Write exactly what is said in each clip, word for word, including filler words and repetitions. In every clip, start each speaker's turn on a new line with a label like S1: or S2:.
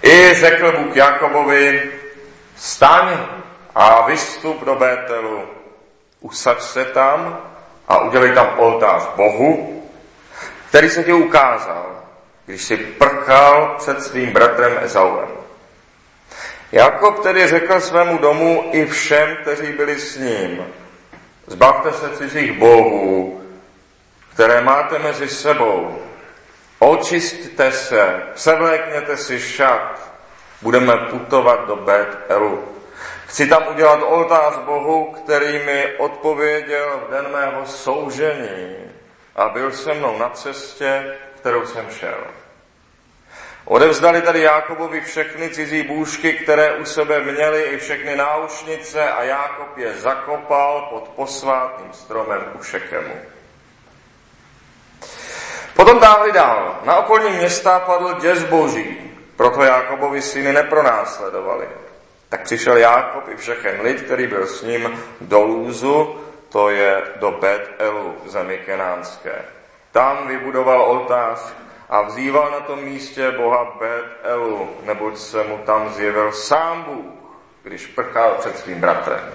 S1: I řekl Bůh Jakobovi, staň a vystup do Bételu, usaď se tam a udělej tam oltář Bohu, který se ti ukázal, když si prchal před svým bratrem Ezauem. Jakob tedy řekl svému domu i všem, kteří byli s ním, zbavte se cizích bohů, které máte mezi sebou, očisťte se, převlékněte si šat, budeme putovat do Bet-Elu. Chci tam udělat oltář Bohu, který mi odpověděl v den mého soužení a byl se mnou na cestě, kterou jsem šel. Odevzdali tady Jákobovi všechny cizí bůžky, které u sebe měli, i všechny náušnice, a Jákob je zakopal pod posvátným stromem u Šekemu. Potom táhli dál. Na okolní města padl děs boží, proto Jákobovi syny nepronásledovali. Tak přišel Jákob i všechen lid, který byl s ním, do Lúzu, to je do Bet-Elu v zemi kenánské. Tam vybudoval oltář a vzýval na tom místě Boha Bet-Elu, neboť se mu tam zjevil sám Bůh, když prchal před svým bratrem.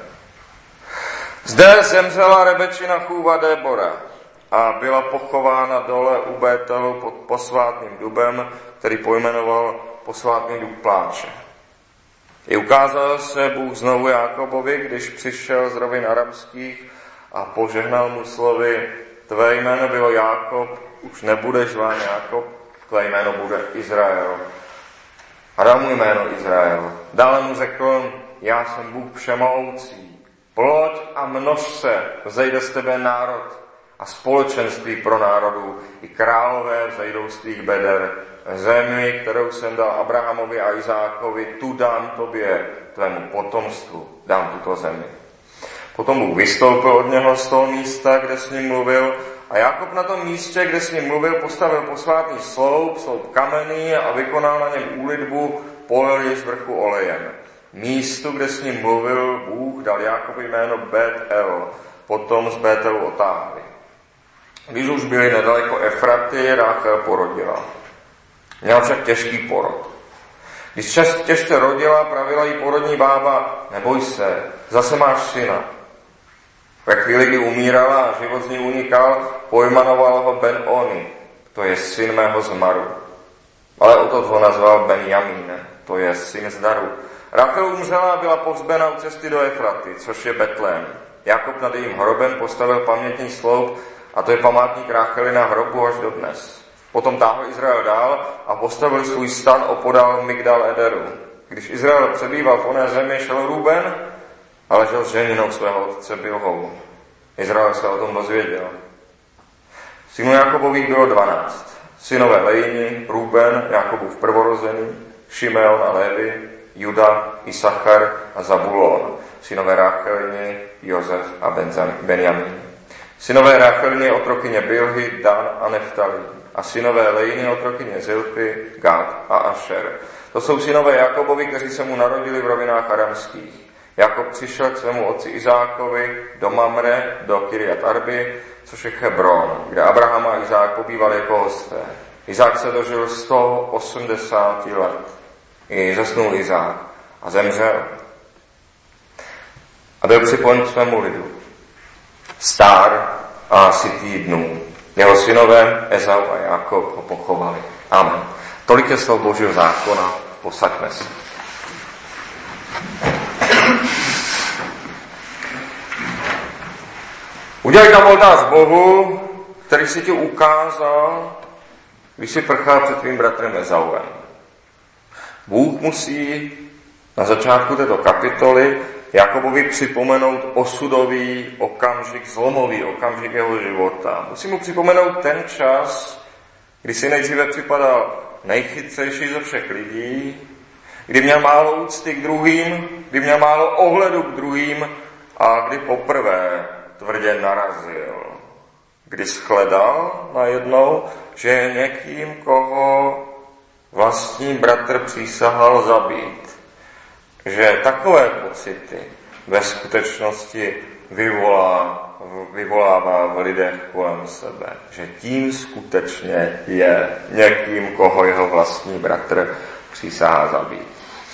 S1: Zde zemřela Rebečina chůva Débora a byla pochována dole u Bételu pod posvátným dubem, který pojmenoval posvátný dub pláče. I ukázal se Bůh znovu Jákobovi, když přišel z rovin aramských a požehnal mu slovy, tvé jméno bylo Jákob, už nebudeš zván Jákob, tvé jméno bude Izrael. A dal mu jméno Izrael. Dále mu řekl, já jsem Bůh všemohoucí, ploď a množ se, vzejde z tebe národ a společenství pro národů, i králové vzejdou z tvých beder. Zemi, kterou jsem dal Abrahamovi a Izákovi, tu dám tobě, tvému potomstvu, dám tuto zemi. Potom Bůh vystoupil od něho z toho místa, kde s ním mluvil, a Jákob na tom místě, kde s ním mluvil, postavil posvátný sloup, sloup kamenný, a vykonal na něm úlitbu, polil jej z vrchu olejem. Místu, kde s ním mluvil Bůh, dal Jákobu jméno Bet-El, potom z Bételu otáhli. Když už byli nedaleko Efraty, Ráchel porodila. Měla však těžký porod. Když těžce rodila, pravila jí porodní bába, neboj se, zase máš syna. Ve chvíli, kdy umírala a život z ní unikal, pojmenoval ho Ben-Oni, to je syn mého zmaru. Ale o to ho nazval Ben-Jamín, to je syn zdaru. Rachel umřela a byla pohřbena u cesty do Efraty, což je Betlém. Jakob nad jejím hrobem postavil pamětní sloup, a to je památník Racheli na hrobu až do dnes. Potom táhl Izrael dál a postavil svůj stan opodál Migdal Ederu. Když Izrael přebýval v oné zemi, šel Rúben, ale žil s ženinou svého otce Bilhou. Izrael se o tom dozvěděl. Synů Jakobových bylo dvanáct. Synové Lejni, Rúben, Jakobův prvorozený, Šimeon a Lévi, Juda, Isachar a Zabulón. Synové Rachelni, Josef a Benjamin. Synové Rachelni, otrokyně Bilhy, Dan a Neftali. A synové Lejny, otrokyně Zilpy, Gad a Ašer. To jsou synové Jakobovi, kteří se mu narodili v rovinách aramských. Jakob přišel k svému otci Izákovi do Mamre, do Kirjat Arby, což je Hebron, kde Abraham a Izák pobývali jako hosté. Izák se dožil sto osmdesát let. I zesnul Izák a zemřel. A byl připojen k svému lidu. Stár a sytý dnů. Jeho synové Ezau a Jákob ho pochovali. Amen. Tolik je slov Božího zákona. Posaďme se. Udělej tam oltář Bohu, který si ti ukázal, když si prchal před tvým bratrem Ezauem. Bůh musí na začátku této kapitoly Jakobovi připomenout osudový okamžik, zlomový okamžik jeho života. Musí mu připomenout ten čas, kdy si nejdříve připadal nejchytřejší ze všech lidí, kdy měl málo úcty k druhým, kdy měl málo ohledu k druhým a kdy poprvé tvrdě narazil. Kdy shledal najednou, že je někým, koho vlastní bratr přísahal zabít. Že takové pocity ve skutečnosti vyvolá, vyvolává v lidech kolem sebe. Že tím skutečně je někým, koho jeho vlastní bratr přísahá zabít.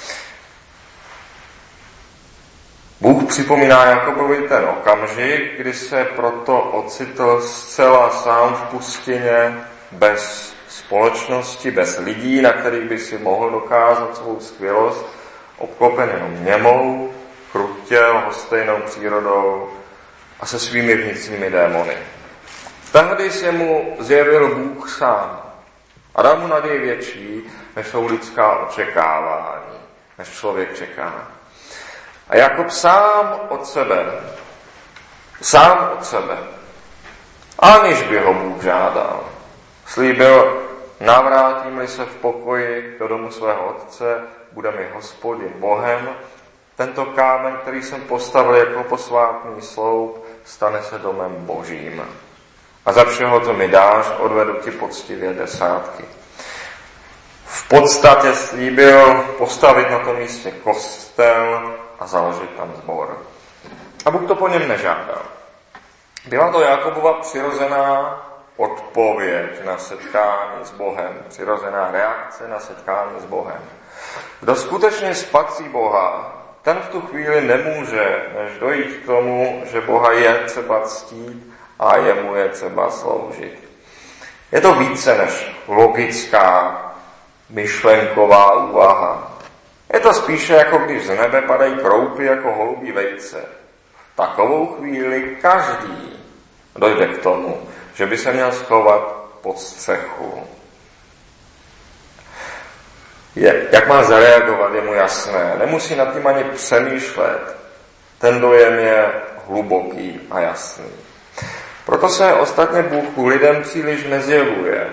S1: Bůh připomíná Jakobovi ten okamžik, kdy se proto ocitl zcela sám v pustině, bez společnosti, bez lidí, na kterých by si mohl dokázat svou skvělost, obklopen jenom němou, chrutěl, hostejnou přírodou a se svými vnitřními démony. Tehdy se mu zjevil Bůh sám a dal mu naději větší, než jsou lidská očekávání, než člověk čeká. A Jakob sám od sebe, sám od sebe, aniž by ho Bůh žádal, slíbil, navrátím-li se v pokoji do domu svého otce, bude mi Hospodin Bohem, tento kámen, který jsem postavil jako posvátný sloup, stane se domem Božím. A za všeho, co mi dáš, odvedu ti poctivě desátky. V podstatě slíbil postavit na tom místě kostel a založit tam sbor. A Bůh to po něm nežádal. Byla to Jakobova přirozená odpověď na setkání s Bohem, přirozená reakce na setkání s Bohem. Kdo skutečně spatří Boha, ten v tu chvíli nemůže než dojít k tomu, že Boha je třeba ctít a jemu je třeba sloužit. Je to více než logická myšlenková úvaha. Je to spíše jako když z nebe padají kroupy jako holubí vejce. V takovou chvíli každý dojde k tomu, že by se měl schovat pod střechu. Je, jak má zareagovat, je mu jasné. Nemusí nad tím ani přemýšlet. Ten dojem je hluboký a jasný. Proto se ostatně Bůh lidem příliš nezjevuje.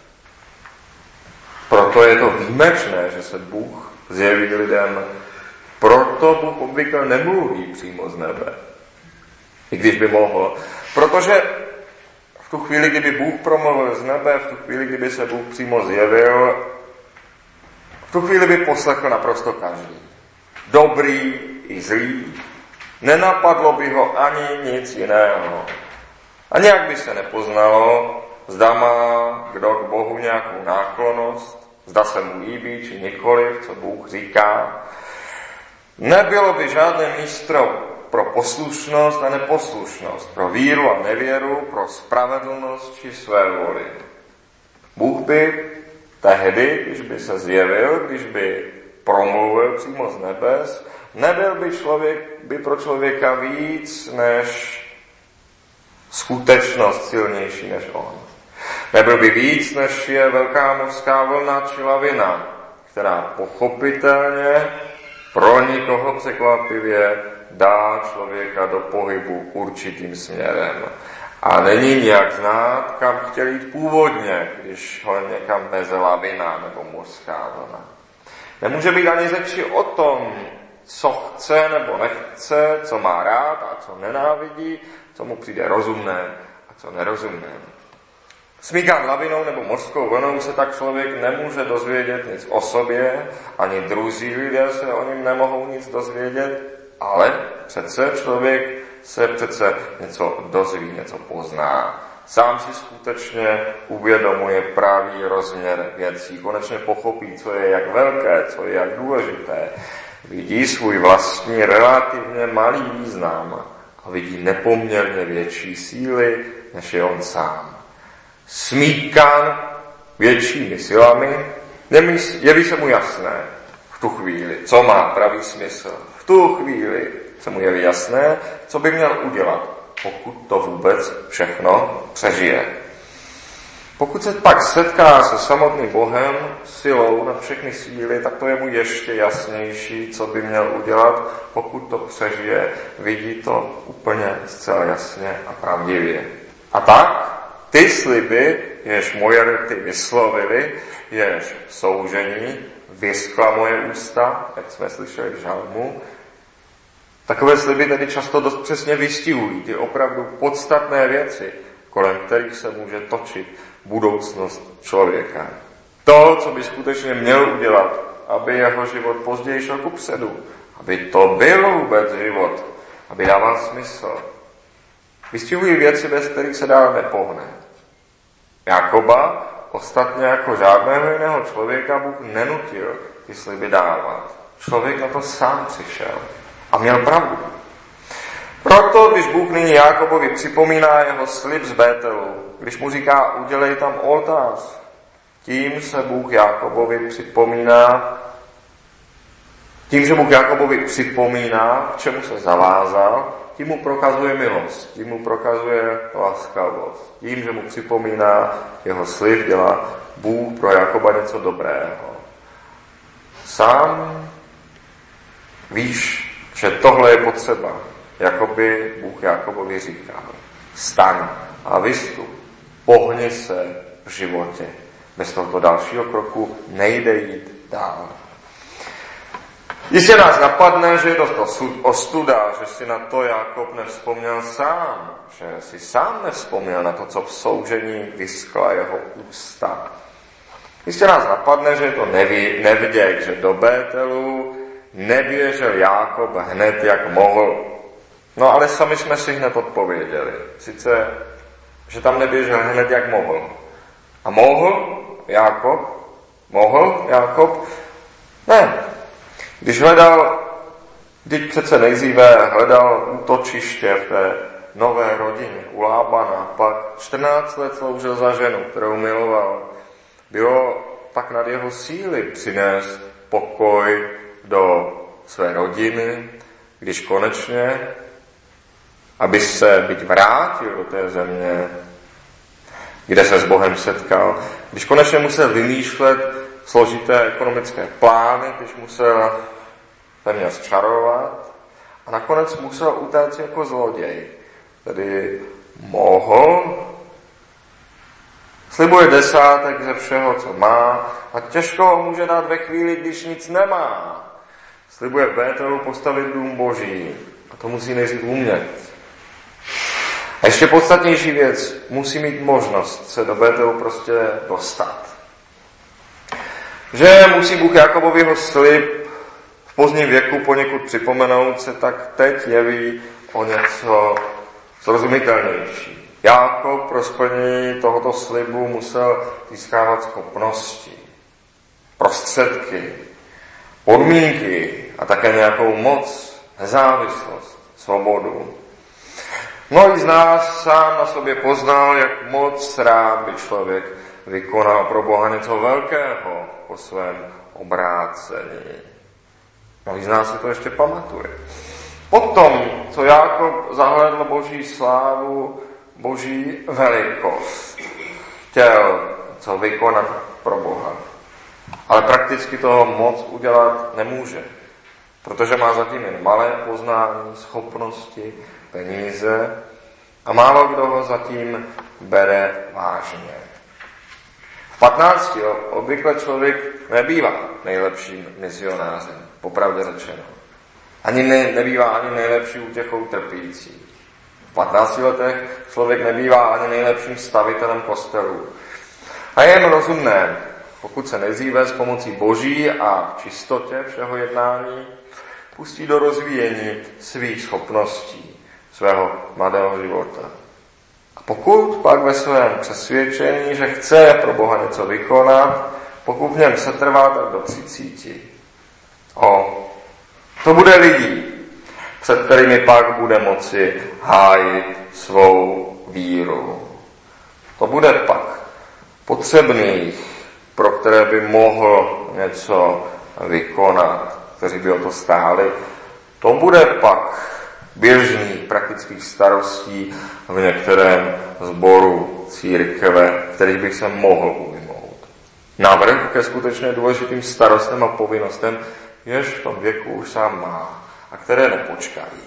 S1: Proto je to výjimečné, že se Bůh zjeví lidem. Proto Bůh obvykle nemluví přímo z nebe. I když by mohl. Protože v tu chvíli, kdyby Bůh promluvil z nebe, v tu chvíli, kdyby se Bůh přímo zjevil, v tu chvíli by poslechl naprosto každý. Dobrý i zlý. Nenapadlo by ho ani nic jiného. A nějak by se nepoznalo, zda má kdo k Bohu nějakou náklonnost, zda se mu líbí, či nikoliv, co Bůh říká. Nebylo by žádné místo pro poslušnost a neposlušnost, pro víru a nevěru, pro spravedlnost či své voli. Bůh by tehdy, když by se zjevil, když by promluvil přímo z nebes, nebyl by, člověk, by pro člověka víc než skutečnost silnější než on. Nebyl by víc, než je velká mořská vlna či lavina, která pochopitelně pro nikoho překvapivě dá člověka do pohybu určitým směrem. A není nijak znát, kam chtěl jít původně, když ho někam veze lavina nebo mořská vlna. Nemůže být ani řeči o tom, co chce nebo nechce, co má rád a co nenávidí, co mu přijde rozumné a co nerozumné. Smíkán lavinou nebo mořskou vlnou se tak člověk nemůže dozvědět nic o sobě, ani druzí lidé se o něm nemohou nic dozvědět, ale přece člověk se přece něco dozví, něco pozná. Sám si skutečně uvědomuje pravý rozměr věcí, konečně pochopí, co je jak velké, co je jak důležité. Vidí svůj vlastní relativně malý význam a vidí nepoměrně větší síly, než je on sám. Smíkán většími silami, jeví se mu jasné v tu chvíli, co má pravý smysl. V tu chvíli se mu jeví jasné, co by měl udělat, pokud to vůbec všechno přežije. Pokud se pak setká se samotným Bohem, silou na všechny síly, tak to je mu ještě jasnější, co by měl udělat, pokud to přežije, vidí to úplně zcela jasně a pravdivě. A tak ty sliby, jež moje rty vyslovili, jež soužení, vyschla moje ústa, jak jsme slyšeli v žalmu, takové sliby tedy často dost přesně vystihují ty opravdu podstatné věci, kolem kterých se může točit budoucnost člověka. To, co by skutečně měl udělat, aby jeho život později šel kupředu, aby to byl vůbec život, aby dával smysl. Vystihují věci, bez kterých se dál nepohne. Jakoba ostatně jako žádného jiného člověka Bůh nenutil ty sliby dávat. Člověk na to sám přišel a měl pravdu. Proto, když Bůh nyní Jákobovi připomíná jeho slib z Bételu, když mu říká, udělej tam oltář, tím se Bůh Jákobovi připomíná, tím, že Bůh Jákobovi připomíná, k čemu se zavázal, tím mu prokazuje milost, tím mu prokazuje laskavost. Tím, že mu připomíná jeho slib, dělá Bůh pro Jákoba něco dobrého. Sám víš, že tohle je potřeba, jakoby Bůh Jákobovi říkal. Staň a vystup, pohni se v životě. Bez tohoto dalšího kroku nejde jít dál. Jistě nás napadne, že je dost ostuda, že si na to Jákob nevzpomněl sám, že si sám nevzpomněl na to, co v soužení vyskla jeho ústa. Jistě nás napadne, že je to neví, nevděk, že do Bételu neběžel Jákob hned, jak mohl. No ale sami jsme si hned odpověděli. Sice, že tam neběžel hned, jak mohl. A mohl Jákob? Mohl Jákob? Ne. Když hledal, když přece nejdříve hledal útočiště v té nové rodině u Lábana, pak čtrnáct let sloužil za ženu, kterou miloval. Bylo pak nad jeho síly přinést pokoj do své rodiny, když konečně, aby se byť vrátil do té země, kde se s Bohem setkal, když konečně musel vymýšlet složité ekonomické plány, když musel peněz čarovat a nakonec musel utéct jako zloděj. Tedy mohl, slibuje desátek ze všeho, co má, a těžko ho může dát ve chvíli, když nic nemá. Slibuje v Bételu postavit dům Boží a to musí nejdřív umět. A ještě podstatnější věc, musí mít možnost se do Bételu prostě dostat. Že musí Bůh Jákobovi jeho slib v pozdním věku poněkud připomenout, se tak teď jeví o něco srozumitelnější. Jákob pro splnění tohoto slibu musel získávat schopnosti, prostředky, podmínky a také nějakou moc, nezávislost, svobodu. Mnohý z nás sám na sobě poznal, jak moc rád by člověk vykonal pro Boha něco velkého po svém obrácení. Mnohý z nás si to ještě pamatuje. Potom, co Jákob zahlédl Boží slávu, Boží velikost, chtěl co vykonat pro Boha. Ale prakticky toho moc udělat nemůže, protože má zatím jen malé poznání, schopnosti, peníze a málo kdo ho zatím bere vážně. V patnácti obvykle člověk nebývá nejlepším misionářem, popravdě řečeno. Ani ne, nebývá ani nejlepší útěchou trpící. V patnácti letech člověk nebývá ani nejlepším stavitelem kostelů. A je jen rozumné, pokud se nejdříve s pomocí Boží a v čistotě všeho jednání pustí do rozvíjení svých schopností, svého mladého života. A pokud pak ve svém přesvědčení, že chce pro Boha něco vykonat, pokud v něm se trvá tak do třicíti, o, to bude lidí, před kterými pak bude moci hájit svou víru. To bude pak potřebných, pro které by mohl něco vykonat, kteří by o to stáli. To bude pak běžných praktických starostí v některém sboru církve, kterých bych se mohl ujmout. Navrch ke skutečně důležitým starostem a povinnostem, jež v tom věku už sám má a které nepočkají.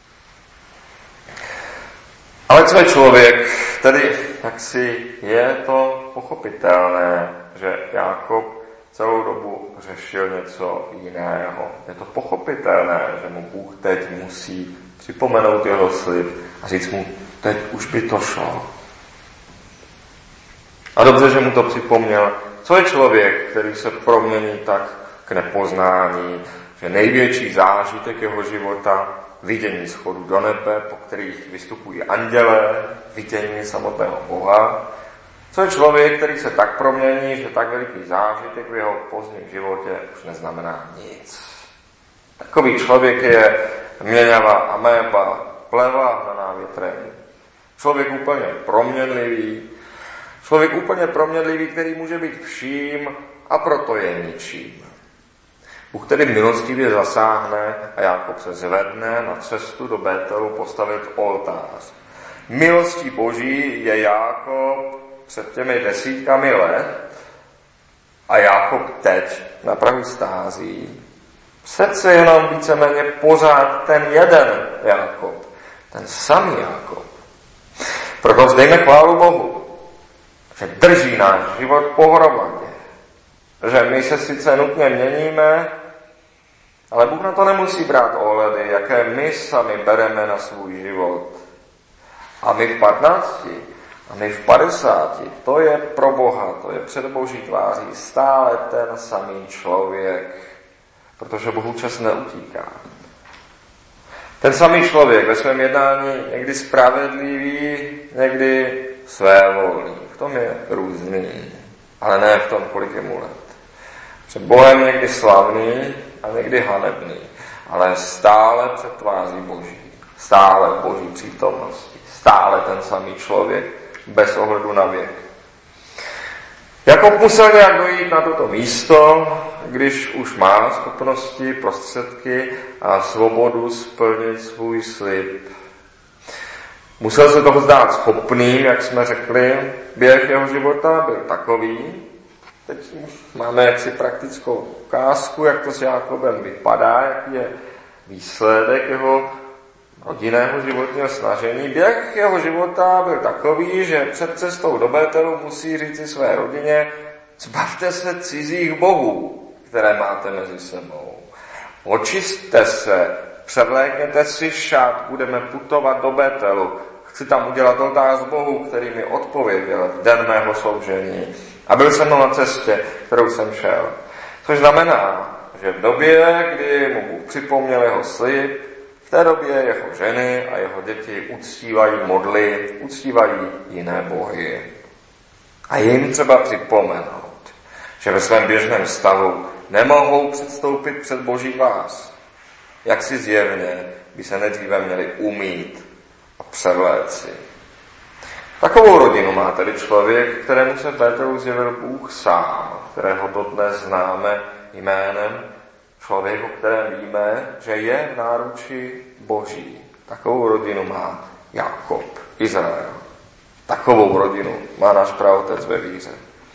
S1: Ale co je člověk, tedy jak si je to pochopitelné, že Jákob celou dobu řešil něco jiného. Je to pochopitelné, že mu Bůh teď musí připomenout jeho slib a říct mu, teď už by to šlo. A dobře, že mu to připomněl. Co je člověk, který se promění tak k nepoznání, že největší zážitek jeho života, vidění schodů do nebe, po kterých vystupují andělé, vidění samotného Boha. To je člověk, který se tak promění, že tak veliký zážitek v jeho pozdním životě už neznamená nic. Takový člověk je měňavá améba, pleva na větrem. Člověk úplně proměnlivý, člověk úplně proměnlivý, který může být vším a proto je ničím. Bůh tedy milostivě zasáhne a Jákob se zvedne na cestu do Bételu postavit oltář. Milostí Boží je Jákob před těmi desítkami let a Jákob teď na prahu stází. Přece jenom víceméně pořád ten jeden Jákob, ten samý Jákob. Proto vzdejme chválu Bohu, že drží náš život pohromadě. Že my se sice nutně měníme, ale Bůh na to nemusí brát ohledy, jaké my sami bereme na svůj život. A my v patnácti, a my v padesáti, to je pro Boha, to je před Boží tváří stále ten samý člověk, protože Bohu čas neutíká. Ten samý člověk ve svém jednání někdy spravedlivý, někdy svévolný. V tom je různý, ale ne v tom, kolik je mu let. Před Bohem někdy slavný a někdy hanebný, ale stále před tváří Boží, stále v Boží přítomnosti, stále ten samý člověk, bez ohledu na věk. Jakob musel nějak dojít na toto místo, když už má schopnosti, prostředky a svobodu splnit svůj slib. Musel se toho zdát schopným, jak jsme řekli, běh jeho života byl takový. Teď máme jaksi praktickou ukázku, jak to s Jákobem vypadá, jaký je výsledek jeho rodinného životního snažení. Běh jeho života byl takový, že před cestou do Bételu musí říci své rodině: zbavte se cizích bohů, které máte mezi sebou. Očistte se, převlékněte si šat, budeme putovat do Bételu. Chci tam udělat oltář Bohu, který mi odpověděl v den mého sloužení. A byl jsem na cestě, kterou jsem šel. Což znamená, že v době, kdy mu Bůh připomněl jeho slib, v té době jeho ženy a jeho děti uctívají modly, uctívají jiné bohy. A jim třeba připomenout, že ve svém běžném stavu nemohou předstoupit před Boží tvář. Jak si zjevně by se nejdříve měli umýt a převléci. Takovou rodinu má tedy člověk, kterému se v Bételu zjevil Bůh sám, kterého dodnes známe jménem, člověk, o kterém víme, že je v náručí Boží. Takovou rodinu má Jákob, Izrael. Takovou rodinu má náš praotec ve víře.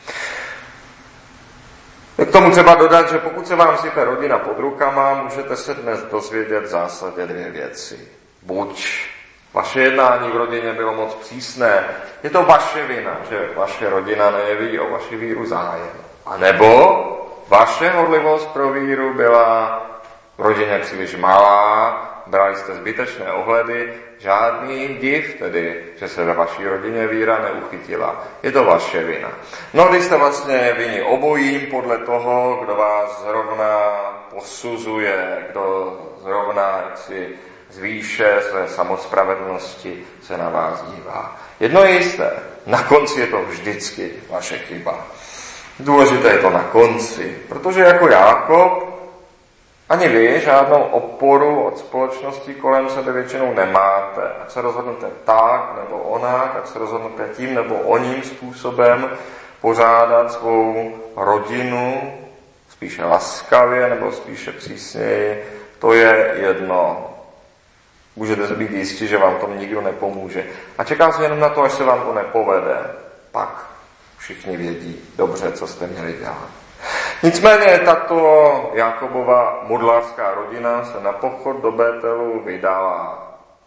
S1: K tomu třeba dodat, že pokud se vám sype rodina pod rukama, můžete se dnes dozvědět v zásadě dvě věci. Buď vaše jednání v rodině bylo moc přísné, je to vaše vina, že vaše rodina nejeví o vaši víru zájem. A nebo vaše horlivost pro víru byla v rodině příliš malá, brali jste zbytečné ohledy, žádný div tedy, že se ve vaší rodině víra neuchytila. Je to vaše vina. No, když jste vlastně vinni obojím podle toho, kdo vás zrovna posuzuje, kdo zrovna jaksi z výše své samospravedlnosti se na vás dívá. Jedno je jisté, na konci je to vždycky vaše chyba. Důležité je to na konci, protože jako Jákob ani vy žádnou oporu od společnosti kolem sebe většinou nemáte. Ať se rozhodnete tak nebo onak, ať se rozhodnete tím nebo oním způsobem pořádat svou rodinu, spíše laskavě nebo spíše přísněji, to je jedno. Můžete se být jistí, že vám tom nikdo nepomůže. A čeká se jenom na to, až se vám to nepovede. Pak všichni vědí dobře, co jste měli dělat. Nicméně tato Jákobova modlářská rodina se na pochod do Bételu vydala.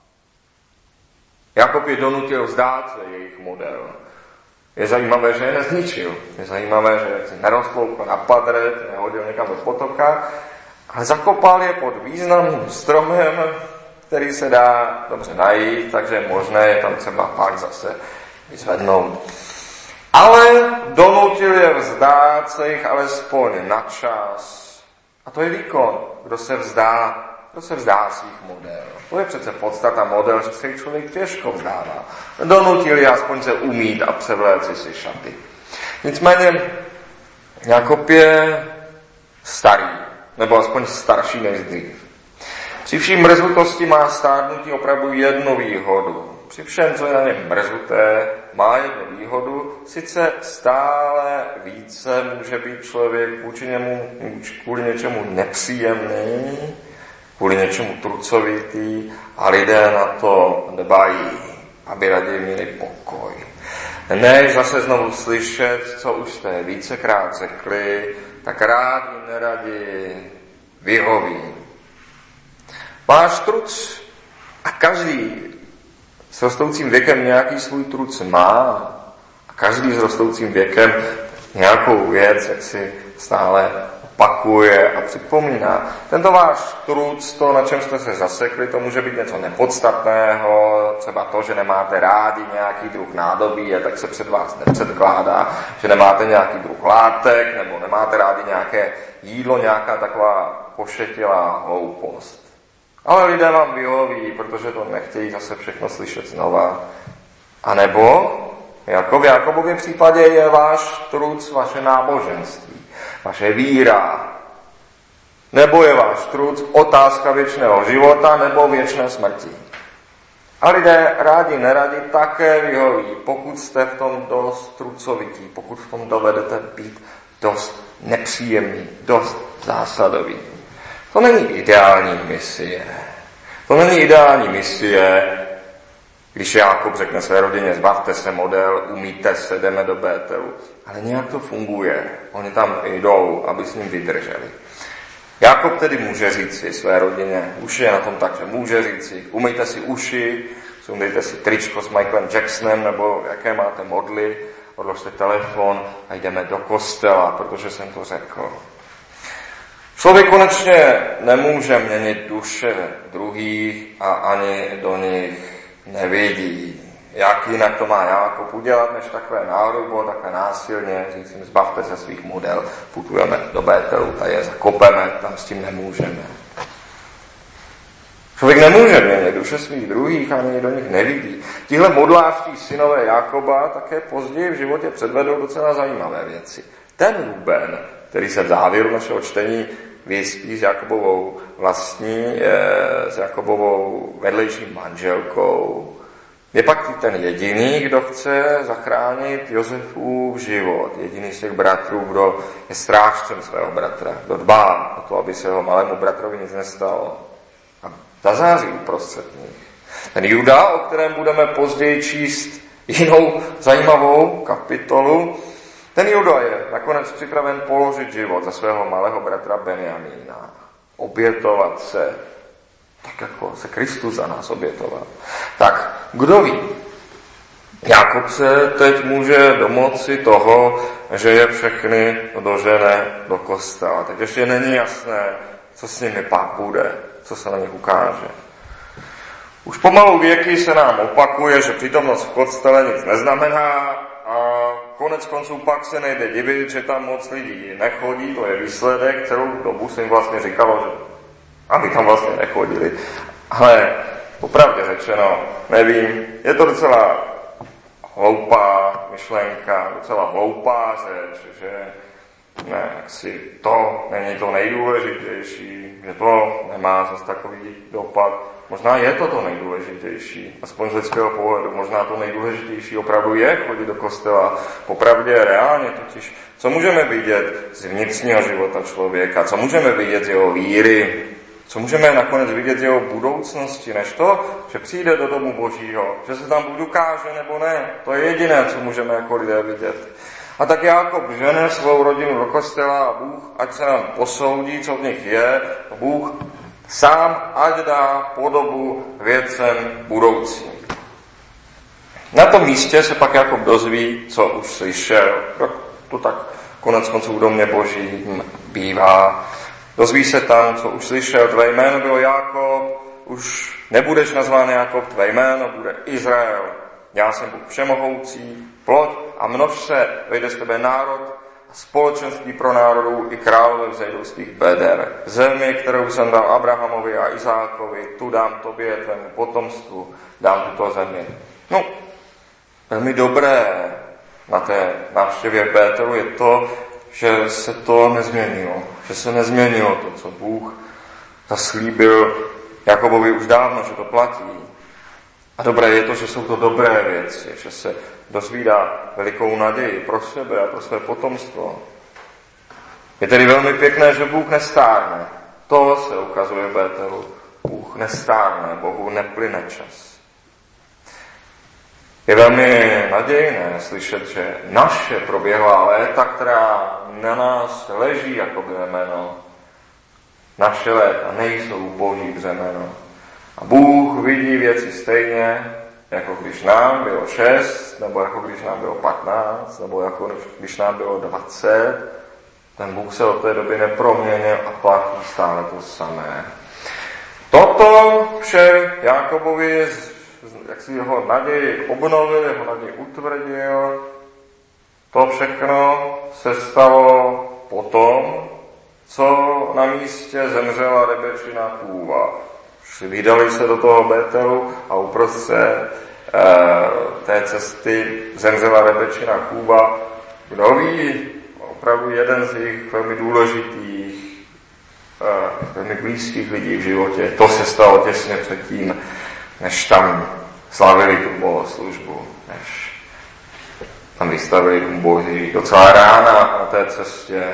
S1: Jákob je donutil vzdát se jejich model. Je zajímavé, že je nezničil. Je zajímavé, že si nerozloupil na padret, nehodil někam do potoka, ale zakopal je pod významným stromem, který se dá dobře najít, takže je možné je tam třeba pak zase vyzvednout. Ale donutil je vzdát se jich alespoň na čas. A to je výkon. Kdo se vzdá, kdo se vzdá svých model. To je přece podstata model, že se člověk těžko vzdává. Donutili aspoň se umít a převléci si šaty. Nicméně Jakob je starý, nebo aspoň starší než dřív. Při vší mrzutosti má stárnutí opravdu jednu výhodu. Při všem, co je na něm mrzuté, má jednu výhodu, sice stále více může být člověk vůči němu, kvůli něčemu nepříjemný, kvůli něčemu trucovitý a lidé na to dbají, aby raději měli pokoj. Než zase znovu slyšet, co už jste vícekrát řekli, tak rádi, neradi vyhoví. Váš truc a každý s rostoucím věkem nějaký svůj truc má a každý s rostoucím věkem nějakou věc, jak si stále opakuje a připomíná. Tento váš truc, to, na čem jste se zasekli, to může být něco nepodstatného, třeba to, že nemáte rádi nějaký druh nádobí a tak se před vás nepředkládá, že nemáte nějaký druh látek, nebo nemáte rádi nějaké jídlo, nějaká taková pošetilá hloupost. Ale lidé vám vyhoví, protože to nechtějí zase všechno slyšet znova. A nebo, jako v Jakobově případě, je váš truc vaše náboženství, vaše víra. Nebo je váš truc otázka věčného života nebo věčné smrti. A lidé rádi, neradi také vyhoví, pokud jste v tom dost trucovití, pokud v tom dovedete být dost nepříjemný, dost zásadový. To není ideální misie. To není ideální misie, když Jákob řekne své rodině, zbavte se model, umíte se, jdeme do Bételu. Ale nějak to funguje. Oni tam jdou, aby s ním vydrželi. Jákob tedy může říci své rodině, už je na tom tak, že může říci, umyjte si uši, sundejte si tričko s Michaelem Jacksonem, nebo jaké máte modly, odložte telefon a jdeme do kostela, protože jsem to řekl. Člověk konečně nemůže měnit duše druhých a ani do nich nevidí. Jak jinak to má Jákob udělat, než takové nárubo, takové násilně, říct jim, zbavte se svých model, putujeme do Bételu, tady je zakopeme, tam s tím nemůžeme. Člověk nemůže měnit duše svých druhých, ani do nich nevidí. Tihle modlářští synové Jákoba také později v životě předvedou docela zajímavé věci. Ten Ruben, který se v závěru našeho čtení vyspí s Jakobovou vlastní, s Jakobovou vedlejší manželkou, je pak ten jediný, kdo chce zachránit Josefův život. Jediný z těch bratrů, kdo je strážcem svého bratra, kdo dbá o to, aby se jeho malému bratrovi nic nestalo. A zazáří uprostřed nich. Ten Juda, o kterém budeme později číst jinou zajímavou kapitolu, ten Juda je nakonec připraven položit život za svého malého bratra Benjamína. Obětovat se, tak jako se Kristus za nás obětoval. Tak, kdo ví? Jákob se teď může domoci toho, že je všechny dožene do kostela. Tak ještě není jasné, co s nimi pak bude, co se na nich ukáže. Už pomalu věky se nám opakuje, že přítomnost v kostele nic neznamená a konec konců pak se nejde divit, že tam moc lidí nechodí, to je výsledek, celou dobu se jim vlastně říkalo, že aby tam vlastně nechodili. Ale popravdě řečeno, nevím, je to docela hloupá myšlenka, docela hloupá řeč, že ne, si to není to nejdůležitější, že to nemá zase takový dopad. Možná je to to nejdůležitější, aspoň z lidského pohledu, možná to nejdůležitější opravdu je chodit do kostela. Popravdě reálně totiž, co můžeme vidět z vnitřního života člověka, co můžeme vidět z jeho víry, co můžeme nakonec vidět z jeho budoucnosti, než to, že přijde do domu Božího, že se tam Bůh ukáže nebo ne. To je jediné, co můžeme jako lidé vidět. A tak Jákob žene svou rodinu do kostela a Bůh, ať se nám posoudí, co v nich je, a Bůh sám ať dá podobu věcem budoucím. Na tom místě se pak Jákob dozví, co už slyšel. To tak konec konců v domě Božím bývá. Dozví se tam, co už slyšel, tvé jméno bylo Jákob, už nebudeš nazván Jákob, tvé jméno bude Izrael. Já jsem Bůh všemohoucí, plod a množ se, vejde z tebe národ a společenství pro národů i králové vzejdou z těch beder. Zemi, kterou jsem dal Abrahamovi a Izákovi, tu dám tobě, tvému potomstvu, dám tuto zemi. No, velmi dobré na té návštěvě Bételu je to, že se to nezměnilo. Že se nezměnilo to, co Bůh zaslíbil Jakobovi už dávno, že to platí. A dobré je to, že jsou to dobré věci, že se dozvídá velikou naději pro sebe a pro své potomstvo. Je tedy velmi pěkné, že Bůh nestárne. To se ukazuje v Bételu. Bůh nestárne, Bohu neplyne čas. Je velmi nadějné slyšet, že naše proběhlá léta, která na nás leží jako břemeno, naše léta nejsou boží břemeno. A Bůh vidí věci stejně, jako když nám bylo šest, nebo jako když nám bylo patnáct, nebo jako když nám bylo dvacet. Ten Bůh se od té doby neproměnil a platí stále to samé. Toto vše Jákobovi, jak si jeho naději obnovil, jeho naději utvrdil, to všechno se stalo potom, co na místě zemřela Rebečina chůva. Vydali se do toho Bételu a uprostřed e, té cesty zemřela Rebečina chůva. Kdo ví, opravdu jeden z jejich velmi důležitých, e, velmi blízkých lidí v životě. To se stalo těsně předtím, než tam slavili tu bohoslužbu, než tam vystavili dům Boží. Docela rána na té cestě.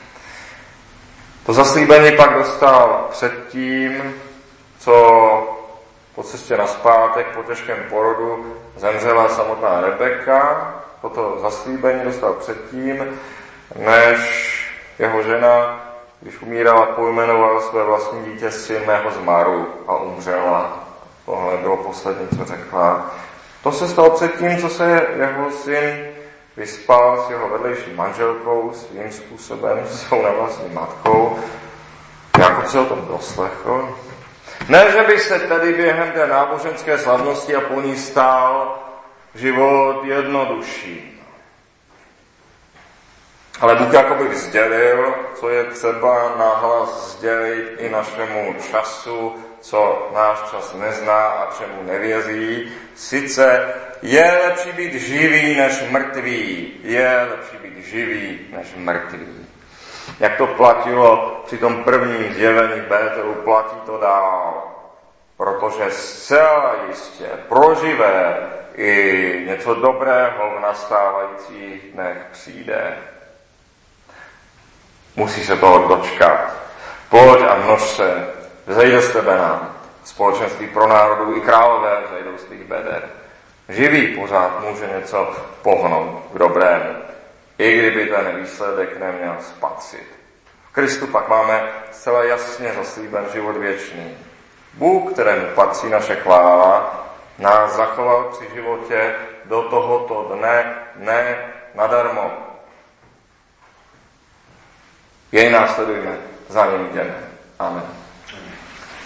S1: To zaslíbení pak dostal předtím, co po cestě nazpátek, po těžkém porodu, zemřela samotná Rebeka. Toto zaslíbení dostal předtím, než jeho žena, když umírala, pojmenovala své vlastní dítě syn mého zmaru a umřela. Tohle bylo poslední, co řekla. To se stalo předtím, co se jeho syn vyspal s jeho vedlejší manželkou, svým způsobem, svou nevlastní matkou. Jakob se o tom doslechl. Ne, že by se tady během té náboženské slavnosti a po ní stál život jednodušší. Ale Bůh jakoby vzdělil, co je třeba nahlas sdělit i našemu času, co náš čas nezná a čemu nevěří. Sice je lepší být živý než mrtvý. Je lepší být živý než mrtvý. Jak to platilo při tom prvním zjevení Bételu, platí to dál. Protože zcela jistě proživé i něco dobrého v nastávajících dnech přijde. Musí se toho dočkat. Pojď a množ se, vzejde z tebe nám. Společenství pro národů i králové vzejdou z těch beder. Živý pořád může něco pohnout k dobrému, i kdyby ten výsledek neměl spatřit. V Kristu pak máme zcela jasně zaslíben život věčný. Bůh, kterému patří naše chvála, nás zachoval při životě do tohoto dne, ne nadarmo. Jej následujme, za ním jdeme. Amen.